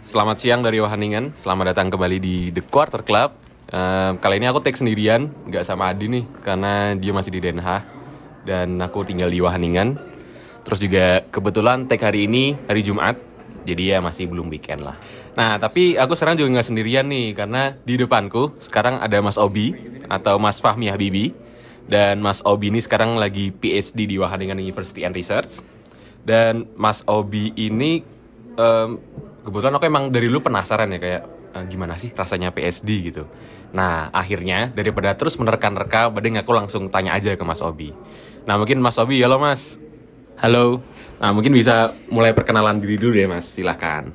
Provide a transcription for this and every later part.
Selamat siang dari Wahaningan. Selamat datang kembali di The Quarter Club. Kali ini aku take sendirian, nggak sama Adi nih, karena dia masih di Den Haag dan aku tinggal di Wahaningan. Terus juga kebetulan take hari ini hari Jumat, jadi ya masih belum weekend lah. Nah, tapi aku sekarang juga nggak sendirian nih, karena di depanku sekarang ada Mas Obi atau Mas Fahmi Habibi. Dan Mas Obi ini sekarang lagi PhD di Wahaningan University and Research. Dan Mas Obi ini kebetulan aku emang dari dulu penasaran ya kayak gimana sih rasanya PhD gitu. Nah akhirnya daripada terus menerka-nerka, mending aku langsung tanya aja ke Mas Obi. Nah mungkin Mas Obi, halo Mas. Halo. Nah mungkin bisa mulai perkenalan diri dulu deh Mas, silakan.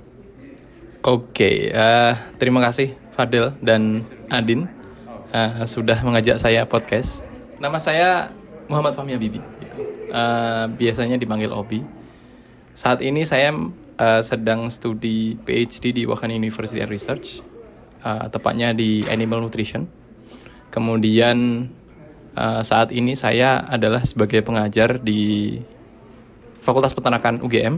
Oke, terima kasih Fadil dan Adin sudah mengajak saya podcast. Nama saya Muhammad Fahmi Habibi. Biasanya dipanggil Obi. Saat ini saya sedang studi PhD di Wageningen University and Research, tepatnya di Animal Nutrition. Kemudian saat ini saya adalah sebagai pengajar di Fakultas Peternakan UGM.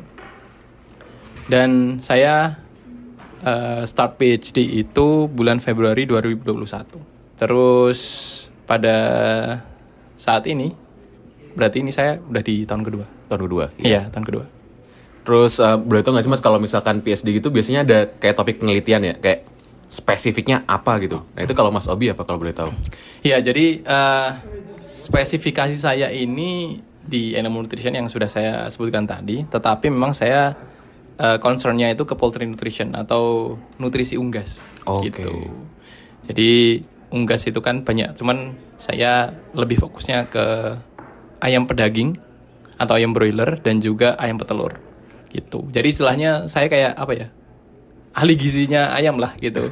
Dan saya start PhD itu bulan Februari 2021. Terus pada saat ini, berarti ini saya udah di tahun kedua. Tahun kedua? Iya, tahun kedua. Terus boleh tau gak sih Mas, kalau misalkan PhD gitu biasanya ada kayak topik penelitian ya, kayak spesifiknya apa gitu. Nah itu kalau Mas Obi apa kalau boleh tahu? Iya, jadi spesifikasi saya ini di Animal Nutrition yang sudah saya sebutkan tadi, tetapi memang saya concernnya itu ke poultry nutrition atau nutrisi unggas. Gitu. Jadi unggas itu kan banyak, cuman saya lebih fokusnya ke ayam pedaging atau ayam broiler dan juga ayam petelur gitu. Jadi istilahnya saya kayak apa ya? Ahli gizinya ayam lah gitu.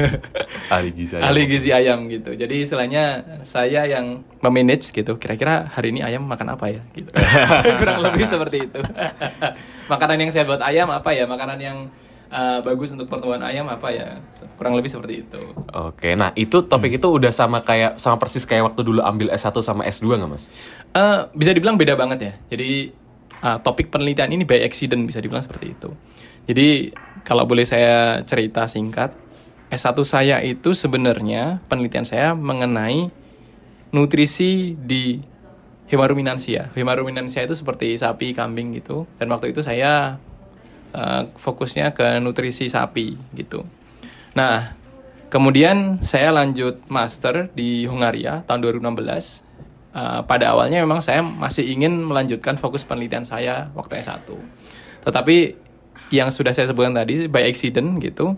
Ahli gizi ayam gitu. Jadi istilahnya saya yang memanage gitu. Kira-kira hari ini ayam makan apa ya gitu. Kurang lebih seperti itu. Makanan yang saya buat ayam apa ya? Makanan yang bagus untuk pertumbuhan ayam apa ya? Kurang lebih seperti itu. Oke, nah itu topik itu udah sama persis kayak waktu dulu ambil S1 sama S2 nggak Mas? Bisa dibilang beda banget ya. Jadi topik penelitian ini by accident, bisa dibilang seperti itu. Jadi kalau boleh saya cerita singkat, S1 saya itu sebenarnya penelitian saya mengenai nutrisi di hewan ruminansia. Hewan ruminansia itu seperti sapi, kambing gitu. Dan waktu itu saya fokusnya ke nutrisi sapi gitu. Nah, kemudian saya lanjut master di Hungaria tahun 2016. Pada awalnya memang saya masih ingin melanjutkan fokus penelitian saya waktu S1. Tetapi yang sudah saya sebutkan tadi by accident gitu,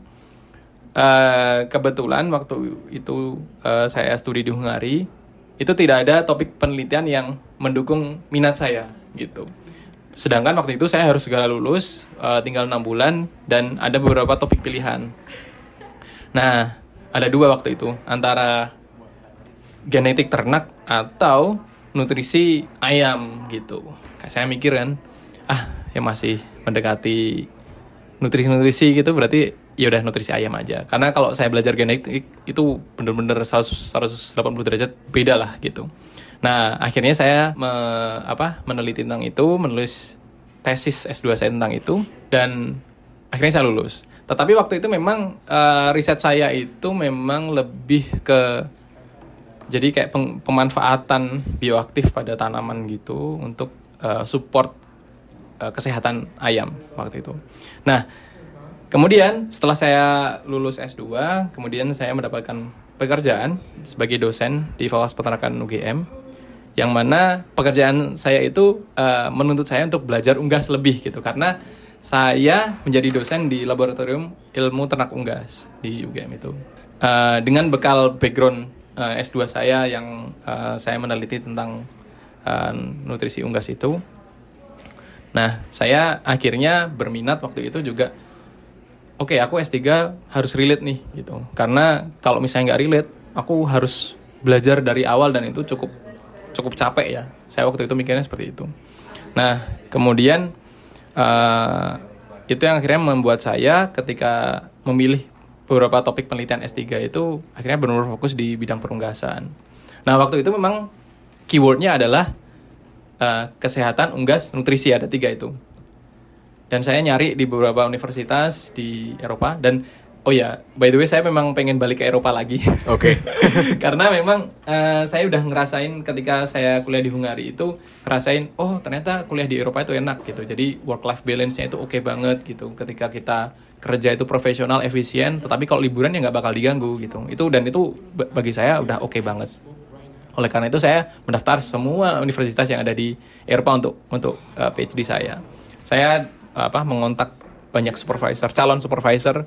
kebetulan waktu itu saya studi di Hungaria, itu tidak ada topik penelitian yang mendukung minat saya gitu. Sedangkan waktu itu saya harus segera lulus, tinggal 6 bulan dan ada beberapa topik pilihan. Nah, ada dua waktu itu, antara genetik ternak atau nutrisi ayam gitu. Kayak saya mikir kan, ya masih mendekati nutrisi gitu, berarti ya udah nutrisi ayam aja. Karena kalau saya belajar genetik itu bener-bener 180 derajat beda lah gitu. Nah, akhirnya saya meneliti tentang itu, menulis tesis S2 saya tentang itu, dan akhirnya saya lulus. Tetapi waktu itu memang riset saya itu memang lebih ke jadi kayak pemanfaatan bioaktif pada tanaman gitu untuk support kesehatan ayam waktu itu. Nah, kemudian setelah saya lulus S2, kemudian saya mendapatkan pekerjaan sebagai dosen di Fakultas Peternakan UGM, yang mana pekerjaan saya itu menuntut saya untuk belajar unggas lebih gitu, karena saya menjadi dosen di Laboratorium Ilmu Ternak Unggas di UGM itu. Dengan bekal background S2 saya yang saya meneliti tentang nutrisi unggas itu. Nah, saya akhirnya berminat waktu itu juga, oke, aku S3 harus relate nih gitu. Karena kalau misalnya nggak relate, aku harus belajar dari awal dan itu cukup capek ya. Saya waktu itu mikirnya seperti itu. Nah, kemudian itu yang akhirnya membuat saya ketika memilih beberapa topik penelitian S3 itu akhirnya benar-benar fokus di bidang perunggasan. Nah, waktu itu memang keywordnya adalah kesehatan, unggas, nutrisi, ada 3 itu. Dan saya nyari di beberapa universitas di Eropa. Dan oh ya, by the way saya memang pengen balik ke Eropa lagi. Oke. Karena memang saya udah ngerasain ketika saya kuliah di Hungari itu, ngerasain oh ternyata kuliah di Eropa itu enak gitu. Jadi work life balance-nya itu oke banget gitu. Ketika kita kerja itu profesional, efisien, tetapi kalau liburan ya nggak bakal diganggu gitu. Itu bagi saya udah oke banget. Oleh karena itu saya mendaftar semua universitas yang ada di Eropa untuk PhD saya. Saya mengontak banyak calon supervisor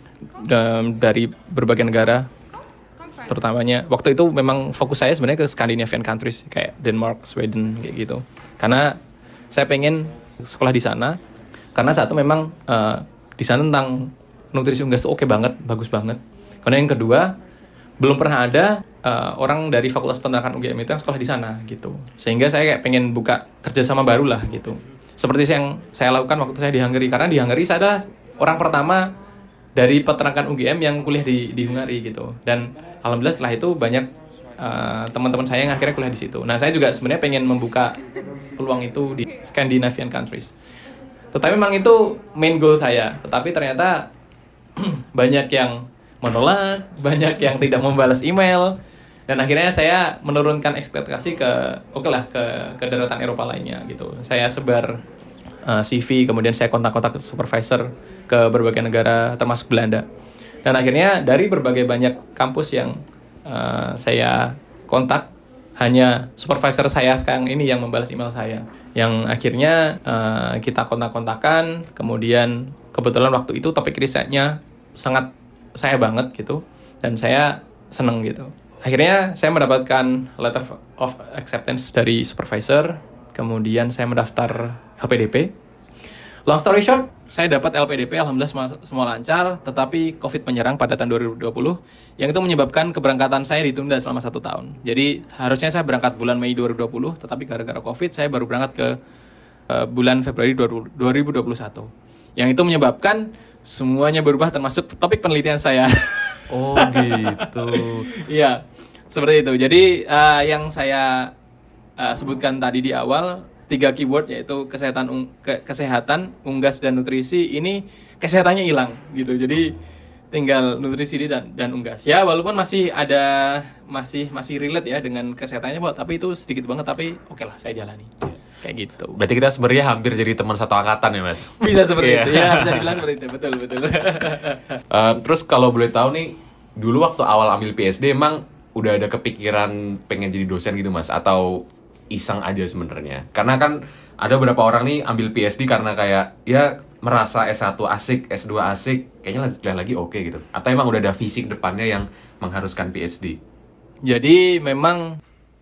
dari berbagai negara, terutamanya waktu itu memang fokus saya sebenarnya ke Scandinavian countries kayak Denmark, Sweden kayak gitu. Karena saya pengen sekolah di sana. Karena saat itu memang di sana tentang nutrisi unggas oke banget, bagus banget. Kemudian yang kedua, belum pernah ada orang dari Fakultas Peternakan UGM itu yang sekolah di sana gitu. Sehingga saya kayak pengen buka kerjasama baru lah gitu. Seperti yang saya lakukan waktu saya di Hungary. Karena di Hungary saya adalah orang pertama dari peternakan UGM yang kuliah di Hungary gitu. Dan alhamdulillah setelah itu banyak teman-teman saya yang akhirnya kuliah di situ. Nah, saya juga sebenarnya pengen membuka peluang itu di Scandinavian countries. Tetapi memang itu main goal saya. Tetapi ternyata banyak yang menolak, banyak yang tidak membalas email, dan akhirnya saya menurunkan ekspektasi ke daratan Eropa lainnya gitu. Saya sebar CV, kemudian saya kontak-kontak supervisor ke berbagai negara termasuk Belanda. Dan akhirnya dari berbagai banyak kampus yang saya kontak, hanya supervisor saya sekarang ini yang membalas email saya. Yang akhirnya kita kontak-kontakan, kemudian kebetulan waktu itu topik risetnya sangat saya banget gitu, dan saya seneng gitu. Akhirnya saya mendapatkan letter of acceptance dari supervisor, kemudian saya mendaftar LPDP. Long story short, saya dapat LPDP, alhamdulillah semua lancar, tetapi COVID menyerang pada tahun 2020, yang itu menyebabkan keberangkatan saya ditunda selama 1 tahun. Jadi harusnya saya berangkat bulan Mei 2020, tetapi gara-gara COVID saya baru berangkat ke bulan Februari 2021. Yang itu menyebabkan semuanya berubah termasuk topik penelitian saya. Oh gitu. Iya, seperti itu. Jadi yang saya sebutkan tadi di awal, 3 keyword yaitu kesehatan, unggas, dan nutrisi, ini kesehatannya hilang gitu. Jadi tinggal nutrisi dan unggas. Ya walaupun masih relate ya dengan kesehatannya, tapi itu sedikit banget, tapi oke lah saya jalani. Kayak gitu. Berarti kita sebenarnya hampir jadi teman satu angkatan ya, Mas? Bisa seperti itu. Ya, bisa dibilang seperti itu. Betul. Terus kalau boleh tahu nih, dulu waktu awal ambil PhD emang udah ada kepikiran pengen jadi dosen gitu, Mas? Atau iseng aja sebenarnya? Karena kan ada beberapa orang nih ambil PhD karena kayak ya merasa S1 asik, S2 asik, kayaknya lanjut kuliah lagi oke gitu. Atau emang udah ada visi ke depannya yang mengharuskan PhD? Jadi memang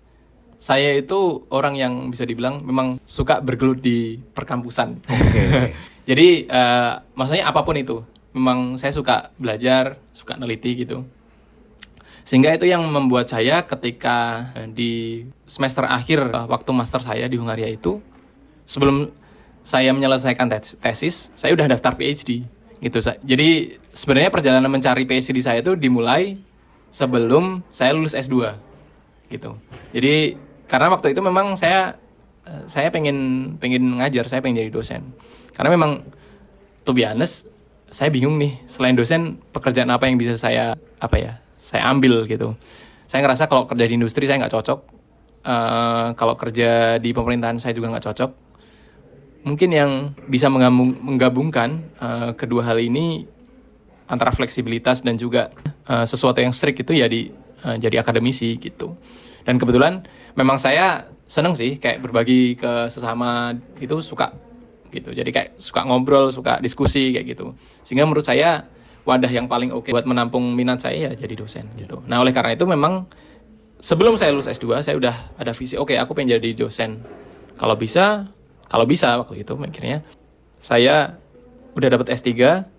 saya itu orang yang bisa dibilang memang suka bergelut di perkampusan. Okay. Jadi maksudnya apapun itu, memang saya suka belajar, suka neliti gitu. Sehingga itu yang membuat saya ketika di semester akhir waktu master saya di Hungaria itu, sebelum saya menyelesaikan tesis, saya udah daftar PhD gitu. Jadi sebenarnya perjalanan mencari PhD saya itu dimulai sebelum saya lulus S2 gitu. Jadi karena waktu itu memang saya pengen ngajar, saya pengen jadi dosen. Karena memang to be honest, saya bingung nih, selain dosen pekerjaan apa yang bisa saya ambil gitu. Saya ngerasa kalau kerja di industri saya nggak cocok, kalau kerja di pemerintahan saya juga nggak cocok. Mungkin yang bisa menggabungkan kedua hal ini antara fleksibilitas dan juga sesuatu yang strict itu ya jadi akademisi gitu. Dan kebetulan memang saya seneng sih kayak berbagi ke sesama itu, suka gitu. Jadi kayak suka ngobrol, suka diskusi kayak gitu. Sehingga menurut saya wadah yang paling oke buat menampung minat saya ya jadi dosen gitu. Nah oleh karena itu memang sebelum saya lulus S2 saya udah ada visi, oke, aku pengen jadi dosen. Kalau bisa waktu itu mikirnya saya udah dapat S3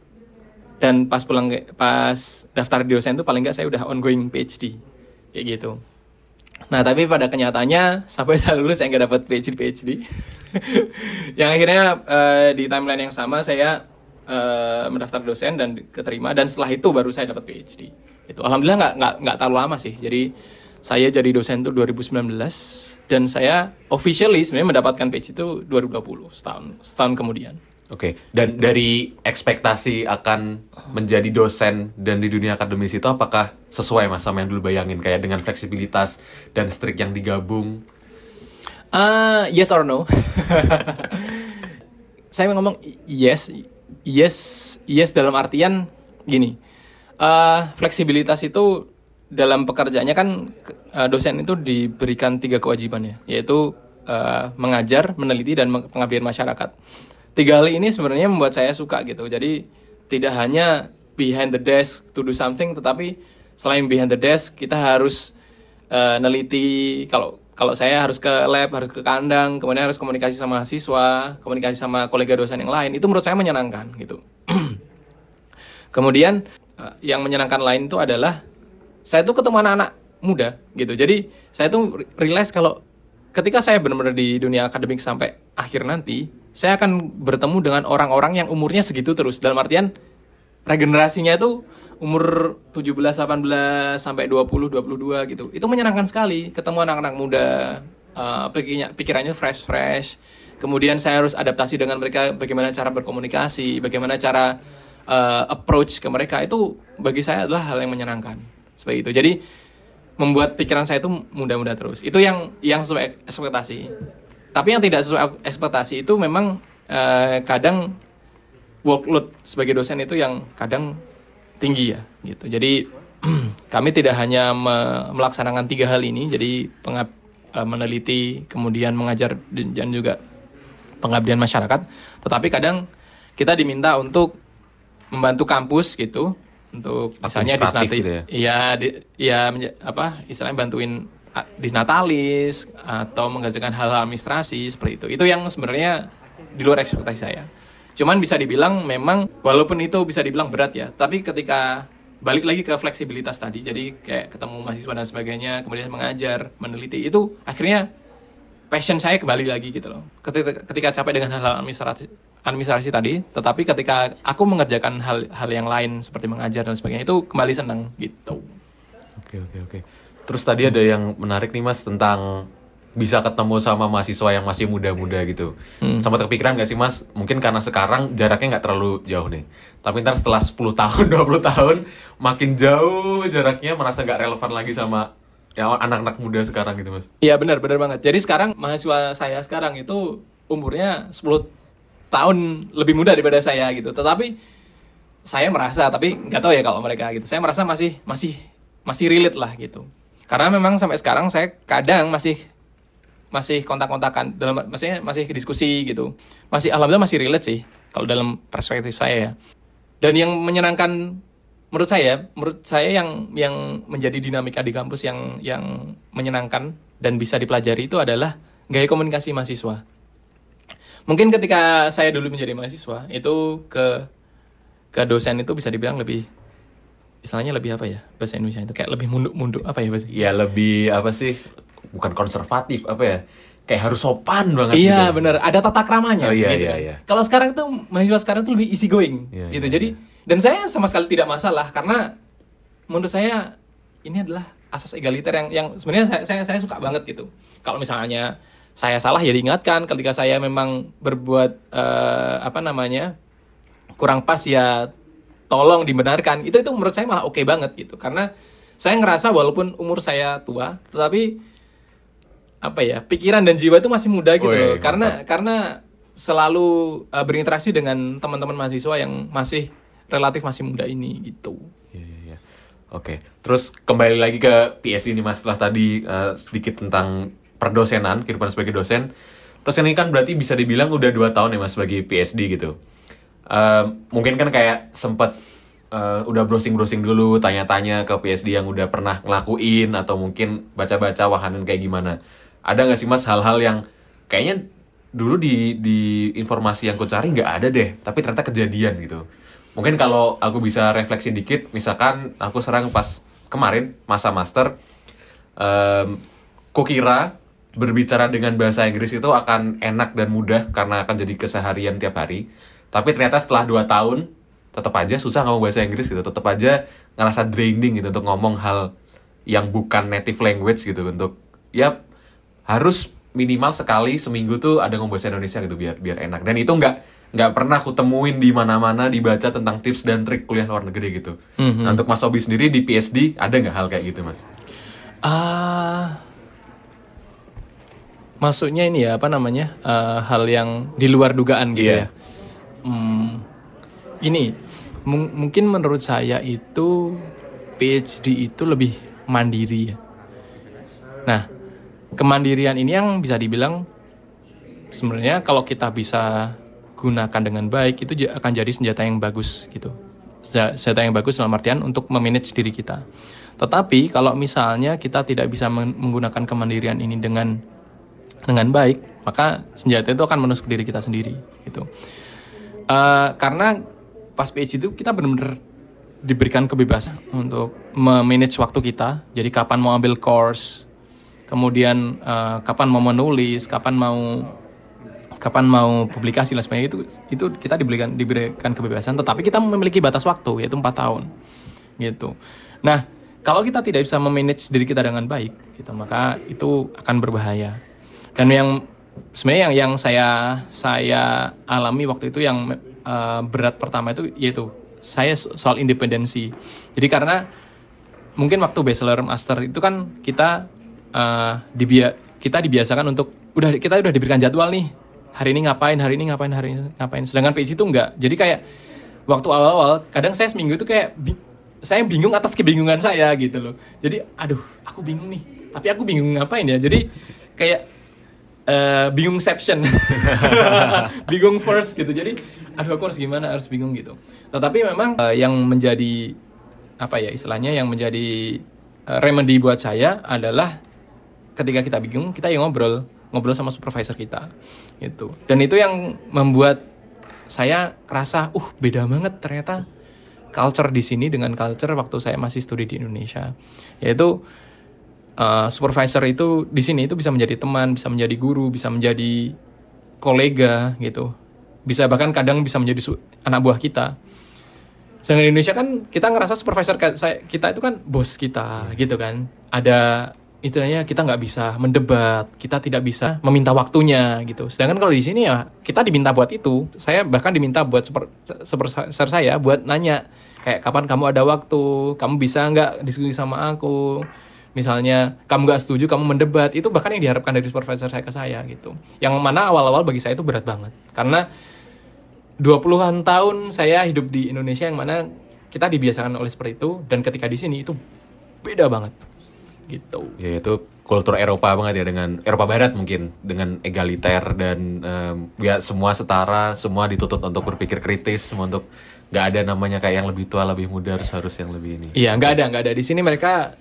dan pas daftar di dosen itu paling nggak saya udah ongoing PhD kayak gitu. Nah tapi pada kenyataannya sampai saya lulus saya nggak dapat PhD. Yang akhirnya di timeline yang sama saya mendaftar dosen dan keterima, dan setelah itu baru saya dapat PhD. Itu alhamdulillah nggak terlalu lama sih. Jadi saya jadi dosen itu 2019 dan saya officially sebenarnya mendapatkan PhD itu 2020, setahun kemudian. Oke, dan dari ekspektasi akan menjadi dosen dan di dunia akademis itu apakah sesuai Mas sama yang dulu bayangin kayak dengan fleksibilitas dan strict yang digabung? Yes or no? Saya ngomong yes, dalam artian gini. Fleksibilitas itu dalam pekerjaannya kan dosen itu diberikan 3 kewajiban ya, yaitu mengajar, meneliti, dan pengabdian masyarakat. 3 hal ini sebenarnya membuat saya suka gitu. Jadi tidak hanya behind the desk to do something, tetapi selain behind the desk kita harus neliti. Kalau saya harus ke lab, harus ke kandang, kemudian harus komunikasi sama siswa, komunikasi sama kolega dosen yang lain. Itu menurut saya menyenangkan gitu. Kemudian yang menyenangkan lain itu adalah saya tuh ketemu anak-anak muda gitu. Jadi saya tuh realize kalau ketika saya benar-benar di dunia akademik sampai akhir nanti, saya akan bertemu dengan orang-orang yang umurnya segitu terus. Dalam artian regenerasinya itu umur 17, 18 sampai 20, 22 gitu. Itu menyenangkan sekali ketemu anak-anak muda, pikirannya fresh. Kemudian saya harus adaptasi dengan mereka, bagaimana cara berkomunikasi, bagaimana cara approach ke mereka. Itu bagi saya adalah hal yang menyenangkan. Seperti itu. Jadi membuat pikiran saya itu muda-muda terus. Itu yang sesuai ekspektasi. Tapi yang tidak sesuai ekspektasi itu memang kadang workload sebagai dosen itu yang kadang tinggi ya gitu. Jadi kami tidak hanya melaksanakan 3 hal ini, jadi meneliti, kemudian mengajar dan juga pengabdian masyarakat, tetapi kadang kita diminta untuk membantu kampus gitu, untuk misalnya disnatalis, istilahnya bantuin disnatalis atau mengerjakan hal-hal administrasi seperti itu. Itu yang sebenarnya di luar ekspektasi saya. Cuman bisa dibilang memang walaupun itu bisa dibilang berat ya, tapi ketika balik lagi ke fleksibilitas tadi, jadi kayak ketemu mahasiswa dan sebagainya, kemudian mengajar, meneliti, itu akhirnya passion saya kembali lagi gitu loh. Ketika capek dengan hal-hal administrasi tadi, tetapi ketika aku mengerjakan hal yang lain seperti mengajar dan sebagainya, itu kembali senang gitu. Oke. Terus tadi ada yang menarik nih Mas tentang bisa ketemu sama mahasiswa yang masih muda-muda gitu. Sempat kepikiran gak sih Mas? Mungkin karena sekarang jaraknya gak terlalu jauh nih. Tapi ntar setelah 10 tahun, 20 tahun, makin jauh jaraknya, merasa gak relevan lagi sama ya, anak-anak muda sekarang gitu Mas. Iya benar banget. Jadi sekarang mahasiswa saya sekarang itu umurnya 10 tahun lebih muda daripada saya gitu. Tetapi saya merasa, tapi nggak tahu ya kalau mereka gitu. Saya merasa masih relate lah gitu. Karena memang sampai sekarang saya kadang masih kontak-kontakan, maksudnya masih diskusi gitu. Alhamdulillah masih relate sih kalau dalam perspektif saya ya. Dan yang menyenangkan menurut saya yang menjadi dinamika di kampus yang menyenangkan dan bisa dipelajari itu adalah gaya komunikasi mahasiswa. Mungkin ketika saya dulu menjadi mahasiswa itu ke dosen itu bisa dibilang lebih, istilahnya lebih apa ya bahasa Indonesia itu, kayak lebih munduk apa ya bahasa? Ya lebih apa sih? Bukan konservatif apa ya? Kayak harus sopan banget. Iya gitu. Benar, ada tata kramanya. Oh iya gitu. iya. Kalau sekarang tuh mahasiswa sekarang tuh lebih easy going gitu. Jadi dan saya sama sekali tidak masalah karena menurut saya ini adalah asas egaliter yang sebenarnya saya suka banget gitu. Kalau misalnya saya salah ya diingatkan, ketika saya memang berbuat kurang pas ya tolong dibenarkan. Itu menurut saya malah oke banget gitu. Karena saya ngerasa walaupun umur saya tua, tetapi pikiran dan jiwa itu masih muda gitu loh. Karena selalu berinteraksi dengan teman-teman mahasiswa yang masih relatif masih muda ini gitu. Iya. Oke. Terus kembali lagi ke PhD ini Mas, setelah tadi sedikit tentang perdosenan, kehidupan sebagai dosen. Terus ini kan berarti bisa dibilang udah 2 tahun ya Mas sebagai PhD gitu. Mungkin kan kayak sempat udah browsing dulu, tanya-tanya ke PhD yang udah pernah ngelakuin atau mungkin baca-baca wahanan kayak gimana. Ada nggak sih Mas hal-hal yang kayaknya dulu di informasi yang ku cari nggak ada deh, tapi ternyata kejadian gitu. Mungkin kalau aku bisa refleksi dikit, misalkan aku serang pas kemarin masa master, kukira berbicara dengan bahasa Inggris itu akan enak dan mudah karena akan jadi keseharian tiap hari. Tapi ternyata setelah 2 tahun, tetap aja susah ngomong bahasa Inggris gitu. Tetap aja ngerasa draining gitu untuk ngomong hal yang bukan native language gitu. Untuk ya harus minimal sekali seminggu tuh ada ngomong bahasa Indonesia gitu biar enak. Dan itu nggak nggak pernah aku temuin di mana-mana dibaca tentang tips dan trik kuliah luar negeri gitu. Nah, untuk Mas Obi sendiri di PSD ada nggak hal kayak gitu, Mas? Maksudnya ini ya, apa namanya, hal yang di luar dugaan gitu ya. Ini mungkin menurut saya itu PhD itu lebih mandiri ya. Nah, kemandirian ini yang bisa dibilang sebenarnya kalau kita bisa gunakan dengan baik itu akan jadi senjata yang bagus gitu. Senjata yang bagus dalam artian untuk memanage diri kita. Tetapi kalau misalnya kita tidak bisa menggunakan kemandirian ini dengan baik, maka senjata itu akan menusuk diri kita sendiri gitu. Karena pas PhD itu kita benar-benar diberikan kebebasan untuk memanage waktu kita. Jadi kapan mau ambil course, kemudian kapan mau menulis, kapan mau publikasi dan sebagainya, itu kita diberikan kebebasan, tetapi kita memiliki batas waktu yaitu 4 tahun gitu. Nah, kalau kita tidak bisa memanage diri kita dengan baik gitu, maka itu akan berbahaya. Dan yang sebenarnya yang saya alami waktu itu yang berat pertama itu yaitu saya soal independensi. Jadi karena mungkin waktu bachelor master itu kan kita dibiasakan untuk kita udah diberikan jadwal nih, hari ini ngapain. Sedangkan PhD itu enggak. Jadi kayak waktu awal-awal kadang saya seminggu itu kayak saya bingung atas kebingungan saya gitu loh. Jadi aduh, aku bingung nih, tapi aku bingung ngapain ya. Jadi kayak bingungception. Bingung first gitu. Jadi aduh, aku harus gimana, harus bingung gitu. Tetapi memang yang menjadi apa ya istilahnya, yang menjadi remedy buat saya adalah ketika kita bingung, kita yang ngobrol sama supervisor kita gitu. Dan itu yang membuat saya kerasa beda banget ternyata culture di sini dengan culture waktu saya masih studi di Indonesia. Yaitu supervisor itu di sini itu bisa menjadi teman, bisa menjadi guru, bisa menjadi kolega gitu. Bisa bahkan kadang bisa menjadi anak buah kita. Sedangkan di Indonesia kan kita ngerasa supervisor kita itu kan bos kita gitu kan. Ada istilahnya kita nggak bisa mendebat, kita tidak bisa meminta waktunya gitu. Sedangkan kalau di sini ya kita diminta buat itu. Saya bahkan diminta buat supervisor saya buat nanya kayak kapan kamu ada waktu, kamu bisa nggak diskusi sama aku. Misalnya kamu nggak setuju, kamu mendebat, itu bahkan yang diharapkan dari supervisor saya ke saya gitu. Yang mana awal-awal bagi saya itu berat banget. Karena 20-an tahun saya hidup di Indonesia yang mana kita dibiasakan oleh seperti itu, dan ketika di sini itu beda banget gitu. Ya, itu kultur Eropa banget ya, dengan Eropa Barat mungkin, dengan egaliter dan ya semua setara, semua dituntut untuk berpikir kritis, semua untuk nggak ada namanya kayak yang lebih tua, lebih muda, harus yang lebih ini. Iya, nggak ada. Di sini mereka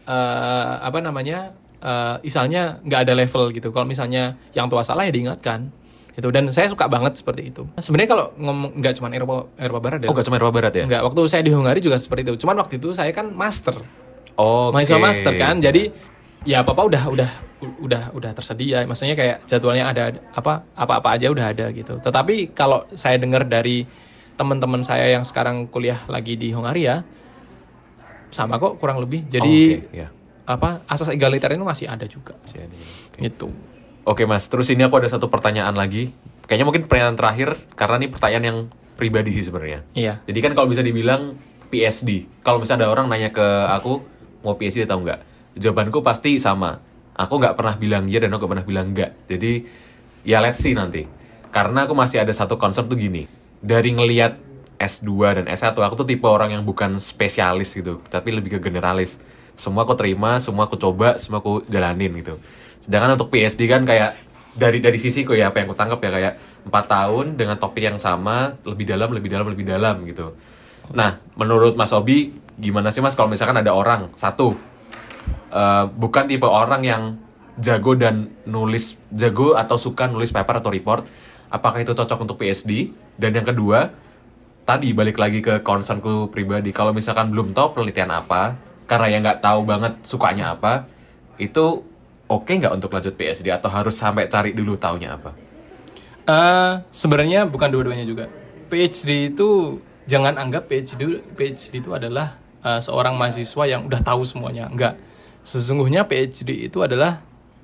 misalnya nggak ada level gitu. Kalau misalnya yang tua salah ya diingatkan. Itu, dan saya suka banget seperti itu. Sebenarnya kalau ngomong nggak cuma Eropa Barat ya. Oh, nggak cuma Eropa Barat ya? Nggak, waktu saya di Hungari juga seperti itu. Cuman waktu itu saya kan master. Oh, mahasiswa master kan. Jadi ya apa udah tersedia. Maksudnya kayak jadwalnya ada apa aja udah ada gitu. Tetapi kalau saya dengar dari teman-teman saya yang sekarang kuliah lagi di Hongaria, sama kok kurang lebih. Jadi asas egaliter itu masih ada juga. Gitu. Oke Mas, terus ini aku ada satu pertanyaan lagi. Kayaknya mungkin pertanyaan terakhir, karena ini pertanyaan yang pribadi sih sebenarnya. Iya. Jadi kan kalau bisa dibilang PSD, kalau misalnya ada orang nanya ke aku mau PSD atau enggak, jawabanku pasti sama. Aku nggak pernah bilang iya dan aku nggak pernah bilang enggak. Jadi ya let's see nanti. Karena aku masih ada satu konsep tuh gini. Dari ngelihat S2 dan S1, aku tuh tipe orang yang bukan spesialis gitu, tapi lebih ke generalis. Semua aku terima, semua aku coba, semua aku jalanin gitu. Sedangkan untuk PSD kan kayak dari sisiku ya, apa yang aku tangkap ya, kayak 4 tahun dengan topik yang sama, lebih dalam gitu. Nah, menurut Mas Obi, gimana sih Mas kalau misalkan ada orang, satu, bukan tipe orang yang jago atau suka nulis paper atau report, apakah itu cocok untuk PSD? Dan yang kedua, tadi balik lagi ke concernku pribadi, kalau misalkan belum tahu penelitian apa, karena yang nggak tahu banget sukanya apa, itu oke nggak untuk lanjut PSD atau harus sampai cari dulu taunya apa? Sebenarnya bukan dua-duanya juga. PhD itu jangan anggap PhD itu adalah seorang mahasiswa yang udah tahu semuanya. Enggak. Sesungguhnya PhD itu adalah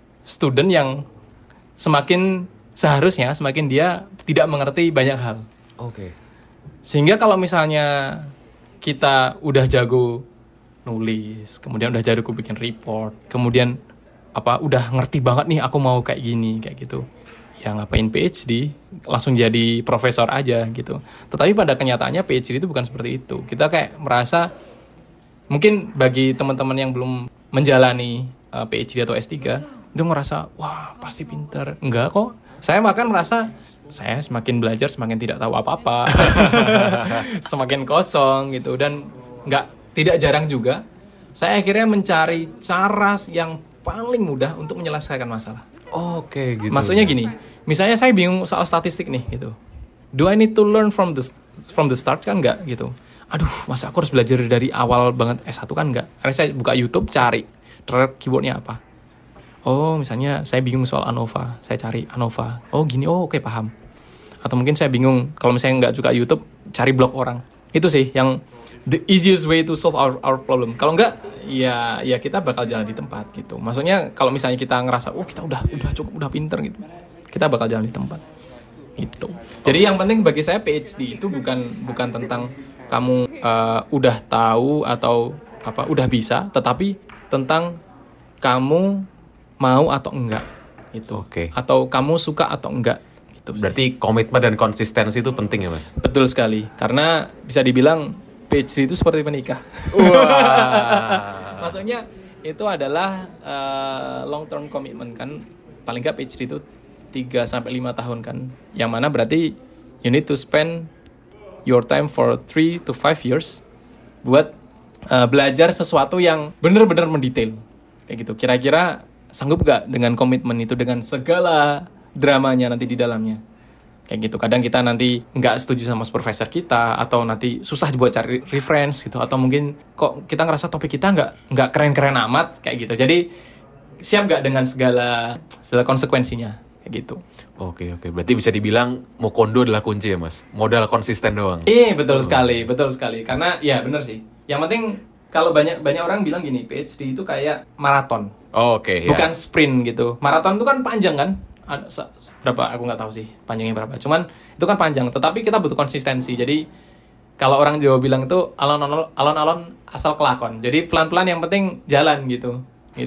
student yang semakin dia tidak mengerti banyak hal. Oke. Sehingga kalau misalnya kita udah jago nulis, kemudian udah jago bikin report, kemudian udah ngerti banget nih aku mau kayak gini, kayak gitu. Ya ngapain PhD, langsung jadi profesor aja gitu. Tetapi pada kenyataannya PhD itu bukan seperti itu. Kita kayak merasa, mungkin bagi teman-teman yang belum menjalani PhD atau S3, itu ngerasa, wah pasti pinter. Enggak kok. Saya bahkan merasa, saya semakin belajar semakin tidak tahu apa-apa. Semakin kosong gitu. Dan tidak jarang juga, saya akhirnya mencari cara yang paling mudah untuk menyelesaikan masalah. Oke, gitu. Maksudnya gini, misalnya saya bingung soal statistik nih gitu. Do I need to learn from the start kan enggak gitu. Aduh, masa aku harus belajar dari awal banget S1 kan enggak. Akhirnya saya buka YouTube, cari keywordnya apa. Oh, misalnya saya bingung soal ANOVA, saya cari ANOVA. Oh, gini. Oh, oke, paham. Atau mungkin saya bingung kalau misalnya enggak suka YouTube, cari blog orang. Itu sih yang the easiest way to solve our problem. Kalau enggak, ya kita bakal jalan di tempat gitu. Maksudnya kalau misalnya kita ngerasa, kita udah cukup, udah pinter gitu, kita bakal jalan di tempat. Gitu. Jadi yang penting bagi saya PhD itu bukan tentang kamu udah tahu atau udah bisa, tetapi tentang kamu mau atau enggak gitu. Oke. Atau kamu suka atau enggak. Berarti komitmen dan konsistensi itu penting ya, Mas? Betul sekali. Karena bisa dibilang PhD itu seperti menikah. Wah. Maksudnya itu adalah long term commitment kan. Paling nggak PhD itu 3-5 tahun kan. Yang mana berarti you need to spend your time for 3 to 5 years buat belajar sesuatu yang benar-benar mendetail. Kayak gitu. Kira-kira sanggup gak dengan komitmen itu, dengan segala dramanya nanti di dalamnya? Kayak gitu. Kadang kita nanti nggak setuju sama profesor kita, atau nanti susah buat cari reference gitu, atau mungkin kok kita ngerasa topik kita nggak keren-keren amat kayak gitu. Jadi siap nggak dengan segala konsekuensinya kayak gitu. Oke. Berarti bisa dibilang Mokondo adalah kunci ya, Mas? Modal konsisten doang. Betul sekali. Karena ya bener sih. Yang penting kalau banyak orang bilang gini, PhD itu kayak maraton. Oke. Bukan sprint gitu. Maraton itu kan panjang kan? Berapa aku nggak tahu sih panjangnya berapa, cuman itu kan panjang, tetapi kita butuh konsistensi. Jadi kalau orang Jawa bilang itu alon-alon asal kelakon, jadi pelan-pelan yang penting jalan gitu.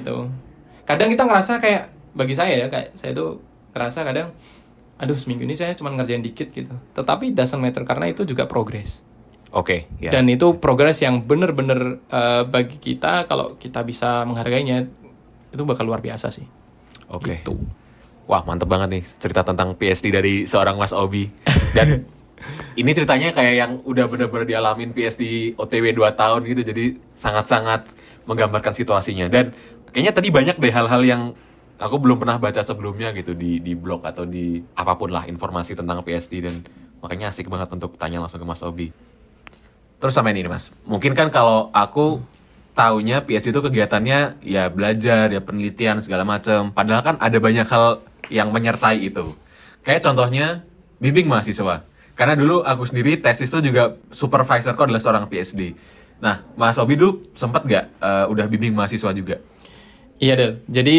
Kadang kita ngerasa kayak, bagi saya ya, kayak saya tuh ngerasa kadang, aduh seminggu ini saya cuma ngerjain dikit gitu, tetapi doesn't matter karena itu juga progress. Oke. Dan itu progress yang bener-bener bagi kita, kalau kita bisa menghargainya, itu bakal luar biasa sih. Oke. Gitu. Wah, mantep banget nih cerita tentang PhD dari seorang Mas Obi. Dan ini ceritanya kayak yang udah bener-bener dialamin PhD OTW 2 tahun gitu. Jadi sangat-sangat menggambarkan situasinya. Dan kayaknya tadi banyak deh hal-hal yang aku belum pernah baca sebelumnya gitu di blog atau di apapun lah informasi tentang PhD. Dan makanya asik banget untuk tanya langsung ke Mas Obi. Terus sama ini Mas, mungkin kan kalau aku taunya PhD itu kegiatannya ya belajar, ya penelitian segala macam. Padahal kan ada banyak hal yang menyertai itu. Kayak contohnya bimbing mahasiswa. Karena dulu aku sendiri tesis itu juga supervisorku adalah seorang PhD. Nah, Mas Obi dulu sempat nggak udah bimbing mahasiswa juga? Iya, Del. Jadi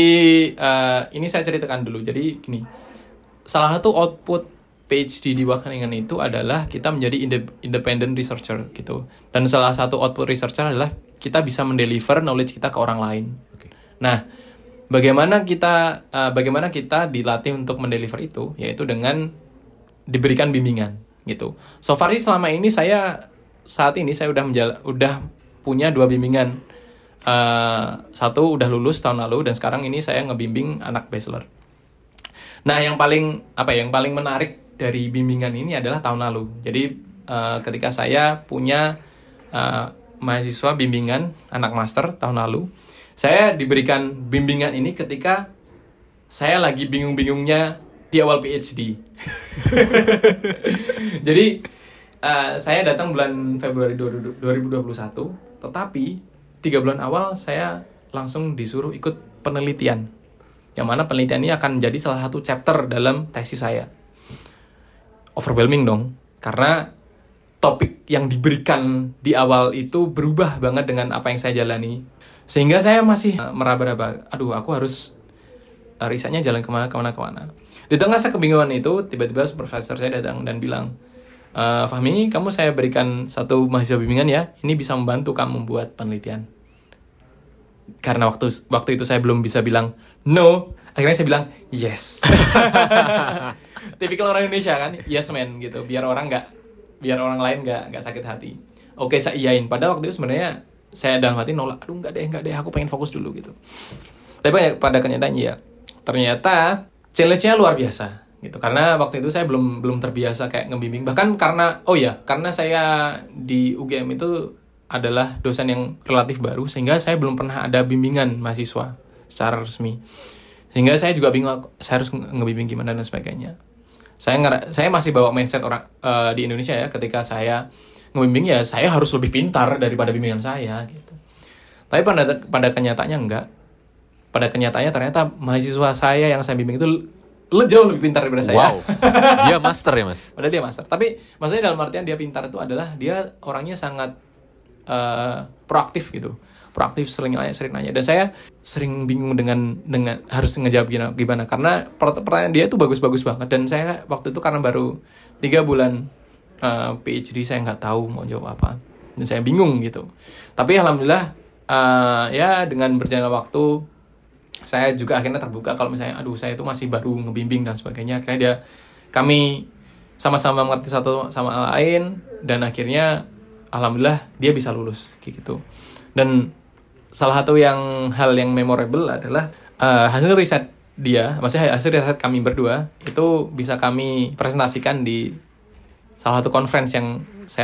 ini saya ceritakan dulu. Jadi gini, salah satu output PhD di Wageningen itu adalah kita menjadi independent researcher gitu. Dan salah satu output researcher adalah kita bisa mendeliver knowledge kita ke orang lain. Okay. Nah, bagaimana kita dilatih untuk mendeliver itu, yaitu dengan diberikan bimbingan gitu. So far selama ini saat ini saya udah punya 2 bimbingan. Satu udah lulus tahun lalu, dan sekarang ini saya ngebimbing anak bachelor. Nah, yang paling menarik dari bimbingan ini adalah tahun lalu. Jadi ketika saya punya mahasiswa bimbingan anak master tahun lalu, saya diberikan bimbingan ini ketika saya lagi bingung-bingungnya di awal PhD. Jadi saya datang bulan Februari 2021, tetapi 3 bulan awal saya langsung disuruh ikut penelitian, yang mana penelitian ini akan menjadi salah satu chapter dalam tesis saya. Overwhelming dong, karena topik yang diberikan di awal itu berubah banget dengan apa yang saya jalani. Sehingga saya masih meraba-raba, aduh aku harus risetnya jalan kemana. Di tengah saya kebingungan itu, tiba-tiba supervisor saya datang dan bilang, Fahmi, kamu saya berikan satu mahasiswa bimbingan ya, ini bisa membantu kamu membuat penelitian. Karena waktu itu saya belum bisa bilang no, akhirnya saya bilang yes. Tipikal orang Indonesia kan, yes man gitu, biar orang lain nggak sakit hati. Oke, saya iyain. Padahal waktu itu sebenarnya saya dalam hati nolak, aduh nggak deh, aku pengen fokus dulu gitu. Tapi pada kenyataannya ya, ternyata challenge-nya luar biasa gitu. Karena waktu itu saya belum terbiasa kayak ngebimbing. Bahkan karena saya di UGM itu adalah dosen yang relatif baru, sehingga saya belum pernah ada bimbingan mahasiswa secara resmi. Sehingga saya juga bingung saya harus ngebimbing gimana dan sebagainya. Saya masih bawa mindset orang di Indonesia ya, ketika saya ngebimbing ya saya harus lebih pintar daripada bimbingan saya gitu. Tapi pada kenyataannya enggak. Pada kenyataannya ternyata mahasiswa saya yang saya bimbing itu jauh lebih pintar daripada saya. Wow. Dia master ya, Mas? Padahal dia master. Tapi maksudnya dalam artian dia pintar itu adalah dia orangnya sangat proaktif gitu. Proaktif, sering nanya. Dan saya sering bingung dengan harus ngejawab gimana. Karena pertanyaan dia itu bagus-bagus banget. Dan saya waktu itu karena baru 3 bulan PhD, saya nggak tahu mau jawab apa. Dan saya bingung gitu. Tapi alhamdulillah ya dengan berjalan waktu, saya juga akhirnya terbuka kalau misalnya, saya itu masih baru ngebimbing dan sebagainya. Akhirnya kami sama-sama mengerti satu sama lain. Dan akhirnya alhamdulillah dia bisa lulus gitu. Dan salah satu hal yang memorable adalah hasil riset dia, maksudnya hasil riset kami berdua itu bisa kami presentasikan di salah satu conference yang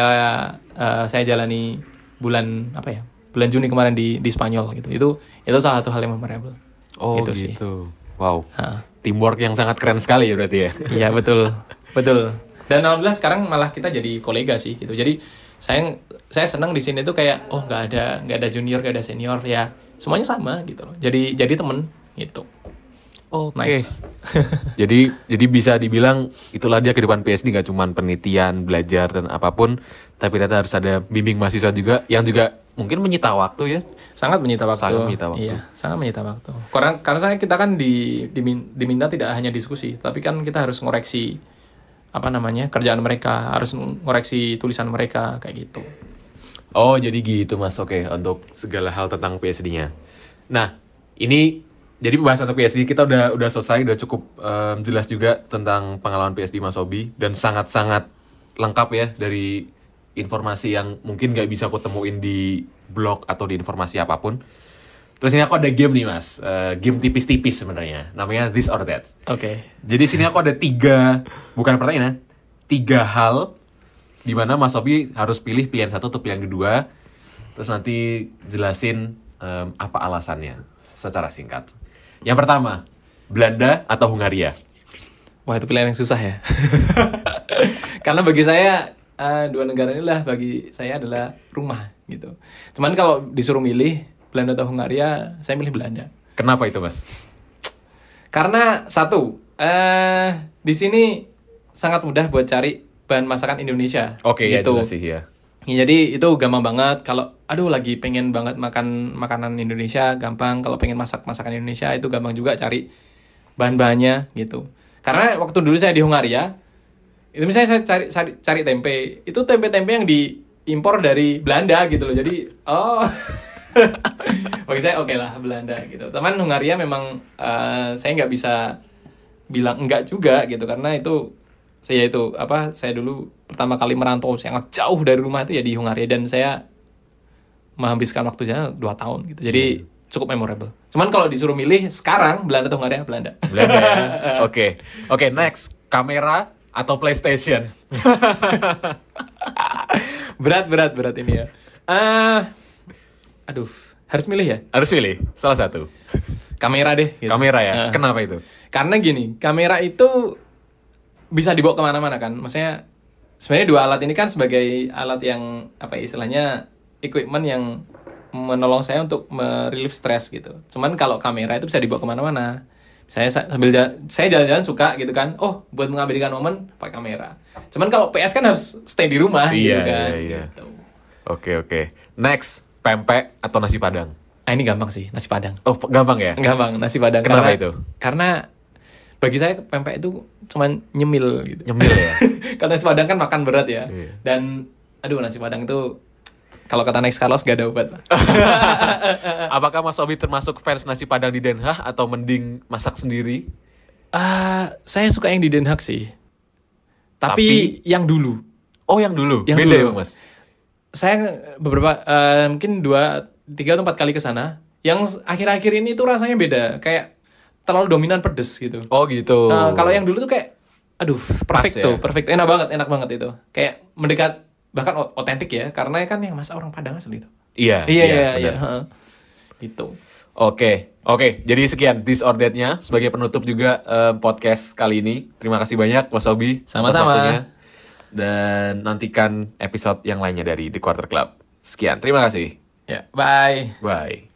saya jalani bulan Juni kemarin di Spanyol gitu. Itu salah satu hal yang memorable. Oh gitu. Sih. Wow. Teamwork yang sangat keren sekali ya berarti ya. Iya betul. Dan alhamdulillah sekarang malah kita jadi kolega sih gitu. Jadi saya senang di sini tuh kayak nggak ada junior, nggak ada senior ya, semuanya sama gitu loh. Jadi temen gitu. Nice. jadi bisa dibilang itulah dia kehidupan PhD, nggak cuma penelitian, belajar dan apapun, tapi ternyata harus ada bimbing mahasiswa juga yang juga mungkin menyita waktu ya. Sangat menyita waktu. Iya, sangat menyita waktu. Karena kita kan diminta tidak hanya diskusi, tapi kan kita harus ngoreksi kerjaan mereka, harus ngoreksi tulisan mereka kayak gitu. Oh, jadi gitu Mas. Oke, untuk segala hal tentang PhD-nya. Nah, ini jadi pembahasan untuk PhD kita udah selesai, udah cukup jelas juga tentang pengalaman PhD Mas Hobi, dan sangat-sangat lengkap ya dari informasi yang mungkin nggak bisa aku temuin di blog atau di informasi apapun. Terus ini aku ada game nih Mas, game tipis-tipis sebenarnya, namanya This or That. Oke. Jadi sini aku ada 3 hal di mana Mas Hobi harus pilih pilihan 1 atau pilihan kedua, terus nanti jelasin apa alasannya secara singkat. Yang pertama, Belanda atau Hungaria? Wah, itu pilihan yang susah ya. Karena bagi saya 2 negara inilah bagi saya adalah rumah gitu. Cuman kalau disuruh milih Belanda atau Hungaria, saya milih Belanda. Kenapa itu, Mas? Karena 1, di sini sangat mudah buat cari bahan masakan Indonesia. Oke, gitu. Ya jelas sih ya. Ya, jadi itu gampang banget. Kalau lagi pengen banget makan makanan Indonesia, gampang. Kalau pengen masak masakan Indonesia, itu gampang juga cari bahan-bahannya gitu. Karena waktu dulu saya di Hungaria, itu misalnya saya cari tempe, itu tempe-tempe yang diimpor dari Belanda gitu loh. Jadi bagi saya oke lah Belanda gitu. Teman Hungaria memang saya nggak bisa bilang enggak juga gitu, karena itu saya dulu pertama kali merantau sangat jauh dari rumah itu ya di Hungaria, dan saya menghabiskan waktunya 2 tahun gitu. Jadi cukup memorable. Cuman kalau disuruh milih sekarang Belanda atau Hungaria, Belanda. Belanda ya. Oke, next. Kamera atau PlayStation? berat ini ya. Harus milih ya? Harus milih salah satu. Kamera deh. Gitu. Kamera ya. Kenapa itu? Karena gini, kamera itu bisa dibawa kemana-mana kan. Maksudnya sebenarnya 2 alat ini kan sebagai alat yang istilahnya equipment yang menolong saya untuk relief stress gitu. Cuman kalau kamera itu bisa dibawa kemana-mana. Saya jalan-jalan suka gitu kan. Buat mengabadikan momen pakai kamera. Cuman kalau PS kan harus stay di rumah gitu kan. Iya. Gitu. Oke. Next, pempek atau nasi Padang? Ini gampang sih, nasi Padang. Oh, gampang ya? Gampang, nasi Padang. Kenapa itu? Karena bagi saya pempek itu cuman nyemil gitu. Nyemil ya. Karena nasi Padang kan makan berat ya. Iya. Dan aduh nasi Padang itu kalau kata Next Carlos gak ada obat. Apakah Mas Obi termasuk fans nasi Padang di Den Haag atau mending masak sendiri? Saya suka yang di Den Haag sih. Tapi yang dulu. Oh, yang dulu. Yang Beda dulu. ya, Mas. Saya beberapa mungkin 2, 3 atau 4 kali ke sana. Yang akhir-akhir ini tuh rasanya beda. Kayak terlalu dominan pedes gitu. Oh, gitu. Kalau yang dulu tuh kayak aduh, perfect Pas ya? tuh, perfect. Enak banget itu. Kayak mendekat bahkan otentik ya, karena kan yang masak orang Padang asli itu. Iya. Iya. benar. Gitu. Oke. Jadi sekian This or That-nya sebagai penutup juga podcast kali ini. Terima kasih banyak Mas Obi. atas Sama-sama. waktunya. Dan nantikan episode yang lainnya dari The Quarter Club. Sekian. Terima kasih. Ya, bye. Bye.